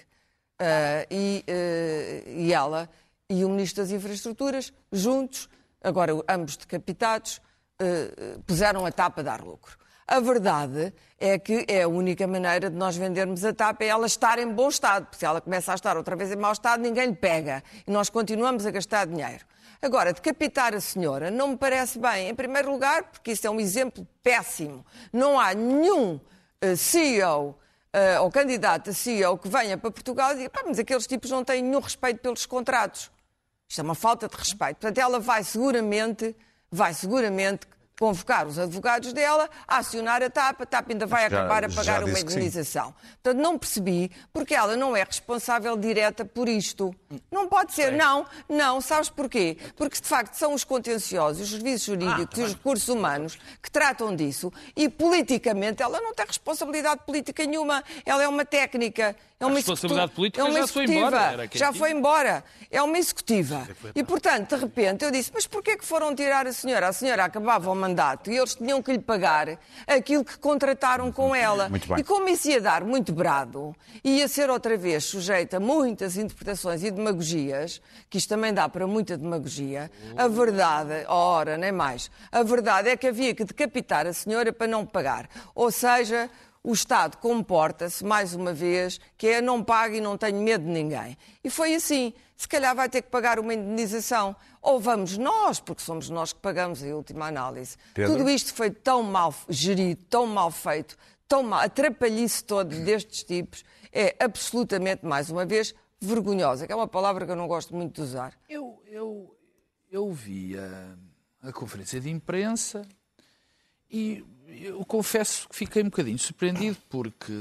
Speaker 4: E ela... e o Ministro das Infraestruturas, juntos, agora ambos decapitados, puseram a TAP a dar lucro. A verdade é que é a única maneira de nós vendermos a TAP é ela estar em bom estado, porque se ela começa a estar outra vez em mau estado, ninguém lhe pega e nós continuamos a gastar dinheiro. Agora, decapitar a senhora não me parece bem, em primeiro lugar, porque isso é um exemplo péssimo. Não há nenhum CEO ou candidato a CEO que venha para Portugal e diga, mas aqueles tipos não têm nenhum respeito pelos contratos. Isto é uma falta de respeito. Portanto, ela vai seguramente convocar os advogados dela a acionar a TAP ainda vai acabar a pagar uma indenização. Portanto, não percebi porque ela não é responsável direta por isto. Não pode ser, não. Sabes porquê? Porque, de facto, são os contenciosos, os serviços jurídicos e os recursos humanos que tratam disso e, politicamente, ela não tem responsabilidade política nenhuma. Ela é uma técnica. É uma
Speaker 7: responsabilidade política
Speaker 4: já
Speaker 7: foi embora.
Speaker 4: Já foi embora. É uma executiva. E, portanto, de repente, eu disse, mas porquê que foram tirar a senhora? A senhora acabava o mandato e eles tinham que lhe pagar aquilo que contrataram com ela. E como isso ia dar muito brado, ia ser outra vez sujeita a muitas interpretações e demagogias, que isto também dá para muita demagogia, a verdade, ora, nem mais, a verdade é que havia que decapitar a senhora para não pagar. Ou seja, o Estado comporta-se, mais uma vez, que é não pago e não tenho medo de ninguém. E foi assim. Se calhar vai ter que pagar uma indenização. Ou vamos nós, porque somos nós que pagamos em última análise.
Speaker 1: Pedro?
Speaker 4: Tudo isto foi tão mal gerido, tão mal feito, tão mal, a trapalhice toda destes tipos é absolutamente, mais uma vez, vergonhosa, que é uma palavra que eu não gosto muito de usar.
Speaker 7: Eu vi a conferência de imprensa e eu confesso que fiquei um bocadinho surpreendido porque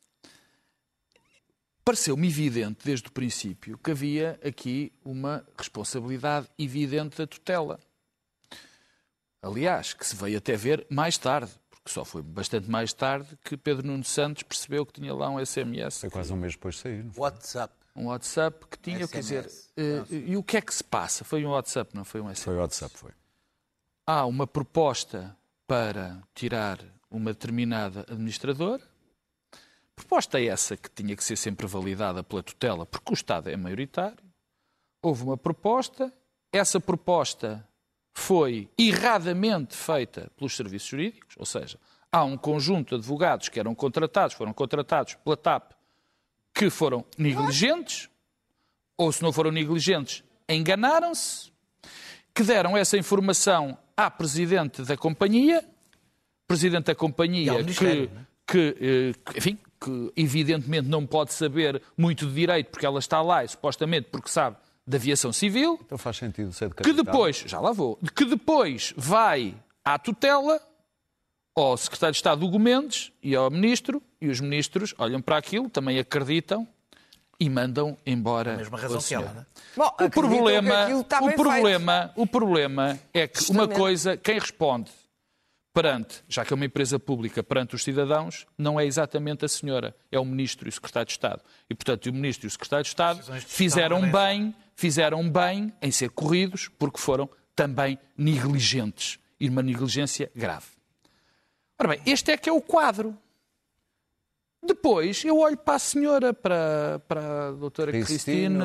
Speaker 7: pareceu-me evidente desde o princípio que havia aqui uma responsabilidade evidente da tutela. Aliás, que se veio até ver mais tarde, porque só foi bastante mais tarde que Pedro Nuno Santos percebeu que tinha lá um SMS.
Speaker 1: Foi quase um mês depois de sair.
Speaker 5: WhatsApp.
Speaker 7: Um WhatsApp que tinha, quer dizer... e o que é que se passa? Foi um WhatsApp, não foi um SMS?
Speaker 1: Foi o WhatsApp, foi.
Speaker 7: Há uma proposta para tirar uma determinada administradora. Proposta essa que tinha que ser sempre validada pela tutela, porque o Estado é maioritário. Houve uma proposta. Essa proposta foi erradamente feita pelos serviços jurídicos, ou seja, há um conjunto de advogados que foram contratados pela TAP, que foram negligentes, ou se não foram negligentes, enganaram-se, que deram essa informação à Presidente da Companhia que evidentemente não pode saber muito de direito, porque ela está lá, e supostamente porque sabe da aviação civil.
Speaker 1: Então faz sentido ser de
Speaker 7: que depois, já lá vou, que depois vai à tutela, ao Secretário de Estado Hugo Mendes e ao Ministro, e os Ministros olham para aquilo, também acreditam e mandam embora
Speaker 6: a mesma razão que ela, não é?
Speaker 4: Bom,
Speaker 7: o problema é que uma coisa, quem responde perante, já que é uma empresa pública, perante os cidadãos, não é exatamente a senhora, é o Ministro e o Secretário de Estado. E, portanto, o Ministro e o Secretário de Estado fizeram bem em ser corridos, porque foram também negligentes. E uma negligência grave. Ora bem, este é que é o quadro. Depois, eu olho para a senhora, para a doutora Cristina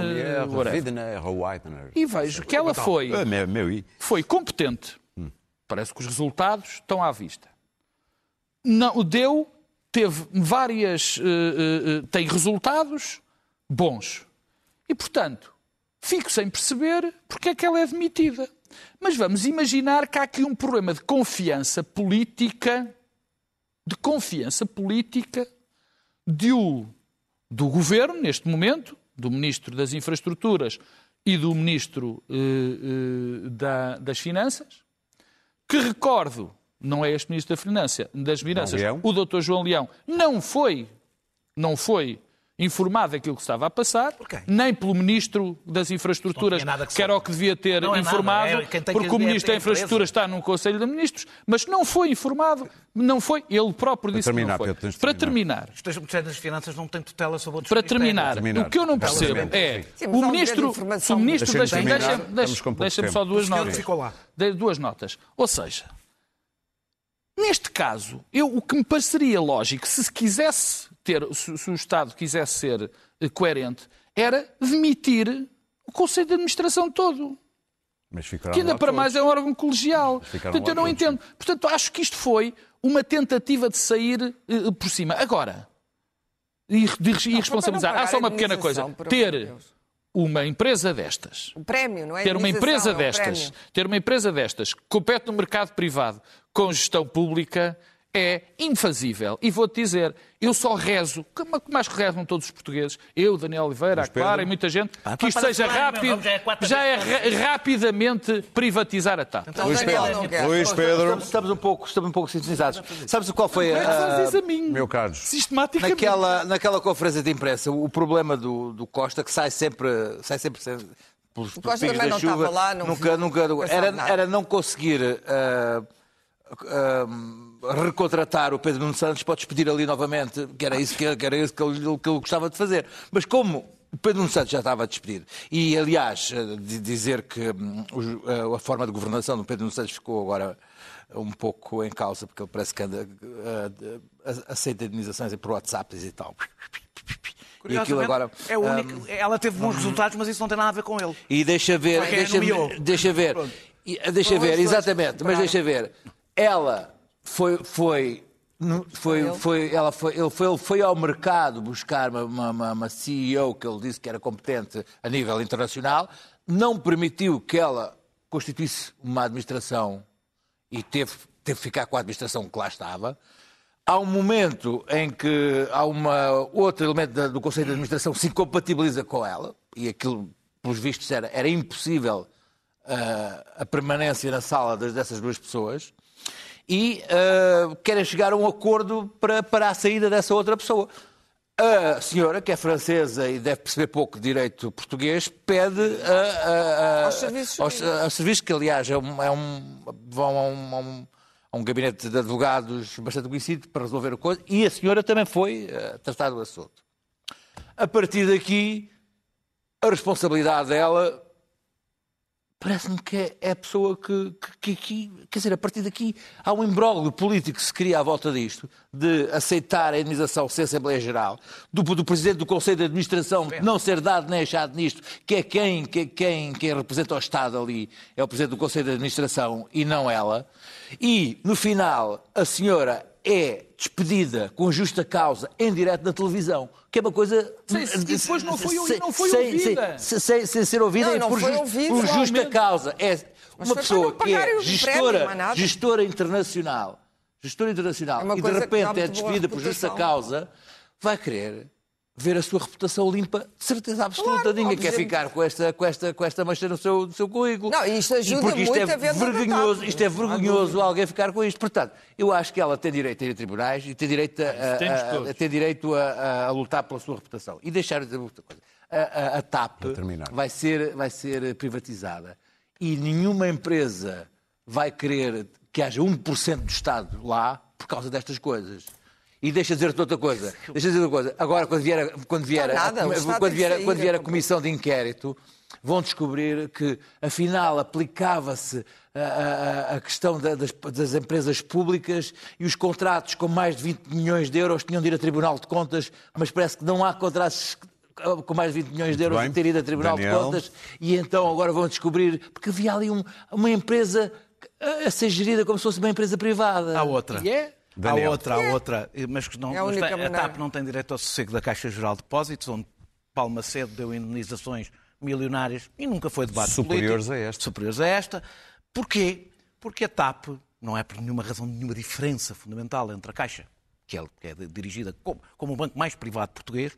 Speaker 7: e vejo que ela foi competente. Parece que os resultados estão à vista. Tem resultados bons. E, portanto, fico sem perceber porque é que ela é demitida. Mas vamos imaginar que há aqui um problema de confiança política, do Governo, neste momento, do Ministro das Infraestruturas e do Ministro das Finanças, que recordo, não é este Ministro das Finanças, o Dr. João Leão, não foi informado daquilo que estava a passar, nem pelo Ministro das Infraestruturas, que era o que devia ter informado, porque o Ministro das Infraestruturas está num Conselho de Ministros, mas não foi informado, ele próprio disse que não foi. Para terminar,
Speaker 6: o Ministério das Finanças não tem tutela sobre outros
Speaker 7: para terminar, o que eu não percebo é o Ministro das Finanças... Deixa-me só duas notas. Ou seja, neste caso, o que me pareceria lógico, se o Estado quisesse ser coerente, era demitir o Conselho de Administração todo. Que ainda para mais é um órgão colegial. Portanto, eu não entendo. Portanto, acho que isto foi uma tentativa de sair por cima. Agora, de responsabilizar. Há só uma pequena coisa. Ter uma empresa destas...
Speaker 4: O prémio, não é?
Speaker 7: Ter uma empresa destas que compete no mercado privado com gestão pública é infazível. E vou-te dizer, eu só rezo, como mais que rezam todos os portugueses, eu, Daniel Oliveira, a Clara e muita gente, que isto seja rápido, já é rapidamente privatizar a TAP.
Speaker 1: Luís Pedro.
Speaker 5: Estamos um pouco sintonizados. Sabes qual foi
Speaker 1: meu caro,
Speaker 7: sistematicamente
Speaker 5: naquela conferência de imprensa, o problema do Costa, que sai sempre pelos pingos da chuva, era não conseguir recontratar o Pedro Nuno Santos para despedir ali novamente, que era isso que ele gostava de fazer. Mas como o Pedro Nuno Santos já estava despedido, e aliás, dizer que a forma de governação do Pedro Nuno Santos ficou agora um pouco em causa, porque ele parece que aceita indenizações por WhatsApp e tal. E aquilo agora,
Speaker 6: é o único, ela teve bons resultados, mas isso não tem nada a ver com ele.
Speaker 5: E deixa ver, exatamente, mas deixa ver. Ela foi Ele foi ao mercado buscar uma CEO que ele disse que era competente a nível internacional, não permitiu que ela constituísse uma administração e teve que ficar com a administração que lá estava. Há um momento em que há outro elemento do Conselho de Administração que se incompatibiliza com ela, e aquilo, pelos vistos, era impossível a permanência na sala dessas duas pessoas, e querem chegar a um acordo para a saída dessa outra pessoa. A senhora, que é francesa e deve perceber pouco de direito português, pede aos serviços, que aliás vão a um gabinete de advogados bastante conhecido para resolver a coisa, e a senhora também foi tratar do assunto. A partir daqui, a responsabilidade dela parece-me que é a pessoa que quer dizer, a partir daqui há um imbróglio político que se cria à volta disto, de aceitar a indemnização sem Assembleia Geral, do Presidente do Conselho de Administração não ser dado nem achado nisto, que é quem representa o Estado ali, é o Presidente do Conselho de Administração e não ela, e no final a senhora é despedida com justa causa em direto na televisão, que é uma coisa...
Speaker 7: E depois não foi ouvida.
Speaker 5: Sem ser ouvida
Speaker 4: não
Speaker 5: por justa causa. É uma pessoa que é gestora internacional, e de repente é despedida por justa causa, vai querer ver a sua reputação limpa, de certeza absoluta. Claro, ninguém quer ficar com esta mancha no seu currículo.
Speaker 4: Não, isto ajuda muito a ver
Speaker 5: vergonhoso. Isto é vergonhoso alguém ficar com isto. Portanto, eu acho que ela tem direito a ir a tribunais e tem direito a lutar pela sua reputação. E deixar de dizer outra coisa. A TAP vai ser privatizada e nenhuma empresa vai querer que haja 1% do Estado lá por causa destas coisas. E deixa dizer-te outra coisa. Agora, quando vier a comissão de inquérito, vão descobrir que, afinal, aplicava-se a questão das empresas públicas e os contratos com mais de 20 milhões de euros tinham de ir a Tribunal de Contas, mas parece que não há contratos com mais de 20 milhões de euros de ter ido a Tribunal de Contas, e então agora vão descobrir, porque havia ali uma empresa a ser gerida como se fosse uma empresa privada.
Speaker 6: Há outra.
Speaker 1: Daniel.
Speaker 6: Há outra, mas que não, a TAP não tem direito ao sossego da Caixa Geral de Depósitos, onde Paulo Macedo deu indemnizações milionárias e nunca foi debate
Speaker 1: superiores
Speaker 6: político. Superiores a esta. Porquê? Porque a TAP não é por nenhuma razão, nenhuma diferença fundamental entre a Caixa, que é dirigida como o banco mais privado português,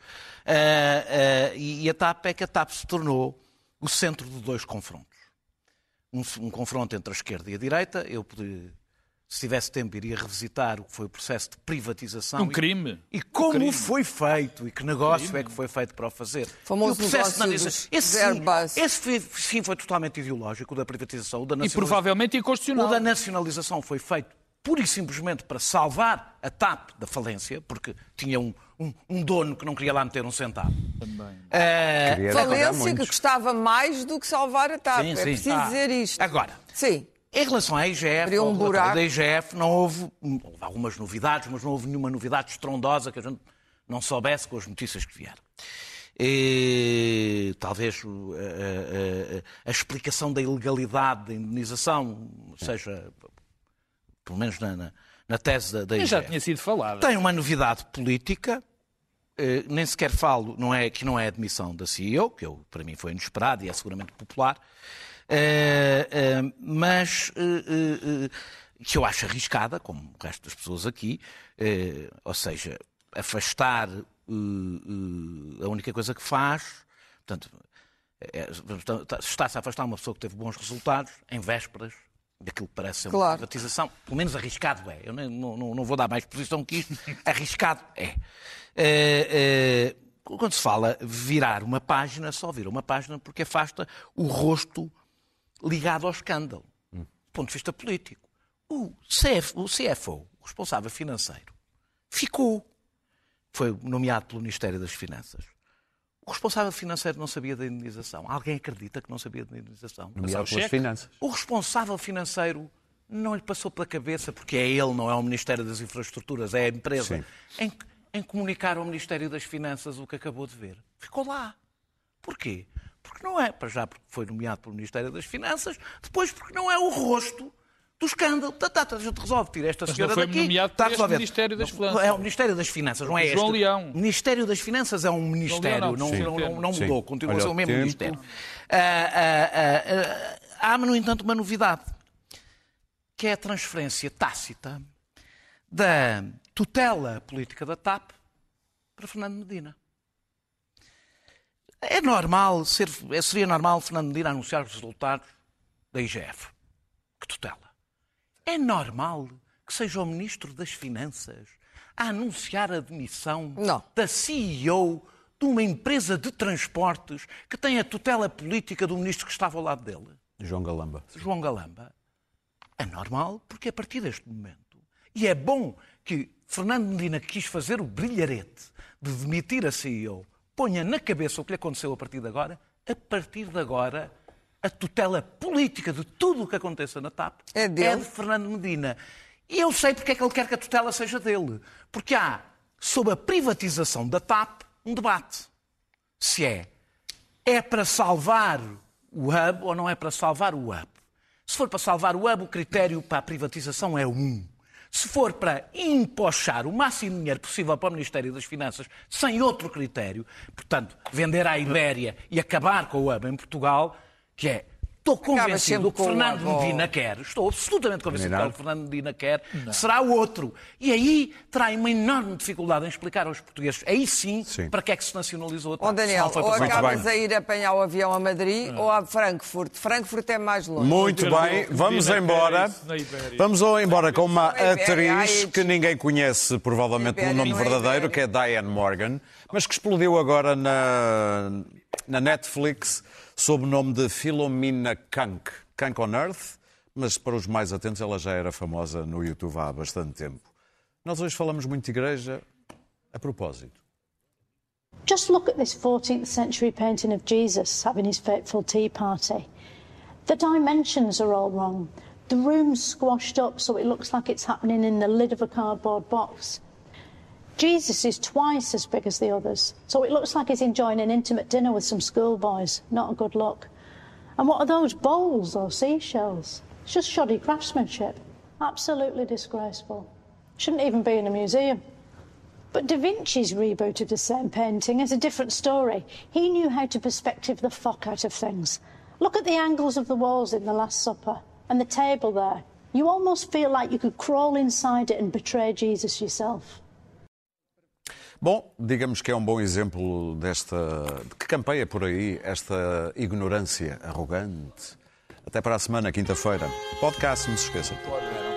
Speaker 6: e a TAP é que a TAP se tornou o centro de dois confrontos. Um confronto entre a esquerda e a direita. Eu poderia... Se tivesse tempo, iria revisitar o que foi o processo de privatização.
Speaker 7: Um crime.
Speaker 6: E como foi feito, e que negócio é que foi feito para o fazer.
Speaker 4: Famoso
Speaker 6: e o processo de
Speaker 4: negócio
Speaker 6: esse sim foi totalmente ideológico, o da privatização.
Speaker 7: E provavelmente inconstitucional.
Speaker 6: O da nacionalização foi feito pura e simplesmente para salvar a TAP da falência, porque tinha um dono que não queria lá meter um centavo.
Speaker 4: Também. Falência que custava mais do que salvar a TAP.
Speaker 6: Sim,
Speaker 4: é preciso dizer isto.
Speaker 6: Agora...
Speaker 4: Sim.
Speaker 6: Em relação à IGF, da IGF não houve algumas novidades, mas não houve nenhuma novidade estrondosa que a gente não soubesse com as notícias que vieram. Talvez a explicação da ilegalidade da indemnização seja, pelo menos na tese da IGF.
Speaker 7: Já tinha sido falado.
Speaker 6: Tem uma novidade política, nem sequer falo, que não é a admissão da CEO, que para mim foi inesperado e é seguramente popular, mas que eu acho arriscada, como o resto das pessoas aqui, ou seja, afastar a única coisa que faz, portanto, está-se a afastar uma pessoa que teve bons resultados em vésperas daquilo que parece ser uma privatização, pelo menos arriscado é. Eu não vou dar mais posição que isto, arriscado é. Quando se fala virar uma página, só vira uma página porque afasta o rosto ligado ao escândalo, do ponto de vista político. O CFO, o responsável financeiro, foi nomeado pelo Ministério das Finanças. O responsável financeiro não sabia da indemnização. Alguém acredita que não sabia da indemnização?
Speaker 1: Nomeado pelas finanças.
Speaker 6: O responsável financeiro não lhe passou pela cabeça, porque é ele, não é o Ministério das Infraestruturas, é a empresa, em comunicar ao Ministério das Finanças o que acabou de ver. Ficou lá. Porquê? Porque não é, para já porque foi nomeado pelo Ministério das Finanças, depois porque não é o rosto do escândalo. A gente resolve, tira esta
Speaker 7: Mas
Speaker 6: senhora
Speaker 7: não foi
Speaker 6: daqui.
Speaker 7: nomeado
Speaker 6: Está
Speaker 7: por este
Speaker 6: resolvido.
Speaker 7: Ministério das Finanças.
Speaker 6: É o Ministério das Finanças, não é este.
Speaker 7: João Leão.
Speaker 6: O Ministério das Finanças é um ministério, não mudou, continua a ser o mesmo ministério. Há, no entanto, uma novidade, que é a transferência tácita da tutela política da TAP para Fernando Medina. Seria normal Fernando Medina anunciar os resultados da IGF. Que tutela? É normal que seja o Ministro das Finanças a anunciar a demissão da CEO de uma empresa de transportes que tem a tutela política do ministro que estava ao lado dele?
Speaker 1: João Galamba.
Speaker 6: João Galamba. É normal, porque a partir deste momento, e é bom que Fernando Medina quis fazer o brilharete de demitir a CEO, ponha na cabeça o que lhe aconteceu a partir de agora, a tutela política de tudo o que aconteça na TAP é de Fernando Medina. E eu sei porque é que ele quer que a tutela seja dele. Porque há, sob a privatização da TAP, um debate. Se é para salvar o hub ou não é para salvar o hub. Se for para salvar o hub, o critério para a privatização é 1. Se for para empochar o máximo de dinheiro possível para o Ministério das Finanças, sem outro critério, portanto, vender à Ibéria e acabar com o hub em Portugal, que é... Estou convencido do que Fernando Medina quer. Estou absolutamente convencido do que Fernando Medina quer. Será o outro. E aí terá uma enorme dificuldade em explicar aos portugueses. Aí sim, para que é que se nacionalizou a TAP.
Speaker 4: Daniel, ou acabas a ir apanhar o avião a Madrid ou a Frankfurt. Frankfurt é mais longe.
Speaker 1: Muito bem. Vamos embora. Vamos embora com uma atriz que ninguém conhece, provavelmente pelo nome verdadeiro, que é Diane Morgan, mas que explodiu agora na Netflix sob o nome de Philomena Kank. Kank on Earth, mas para os mais atentos ela já era famosa no YouTube há bastante tempo. Nós hoje falamos muito de igreja a propósito.
Speaker 8: Just look at this 14th century painting of Jesus having his fateful tea party. The dimensions are all wrong. The room's squashed up so it looks like it's happening in the lid of a cardboard box. Jesus is twice as big as the others, so it looks like he's enjoying an intimate dinner with some schoolboys. Not a good look. And what are those bowls or seashells? It's just shoddy craftsmanship. Absolutely disgraceful. Shouldn't even be in a museum. But Da Vinci's reboot of the same painting is a different story. He knew how to perspective the fuck out of things. Look at the angles of the walls in The Last Supper and the table there. You almost feel like you could crawl inside it and betray Jesus yourself.
Speaker 1: Bom, digamos que é um bom exemplo de que campeia por aí esta ignorância arrogante. Até para a semana, quinta-feira. Podcast, não se esqueçam.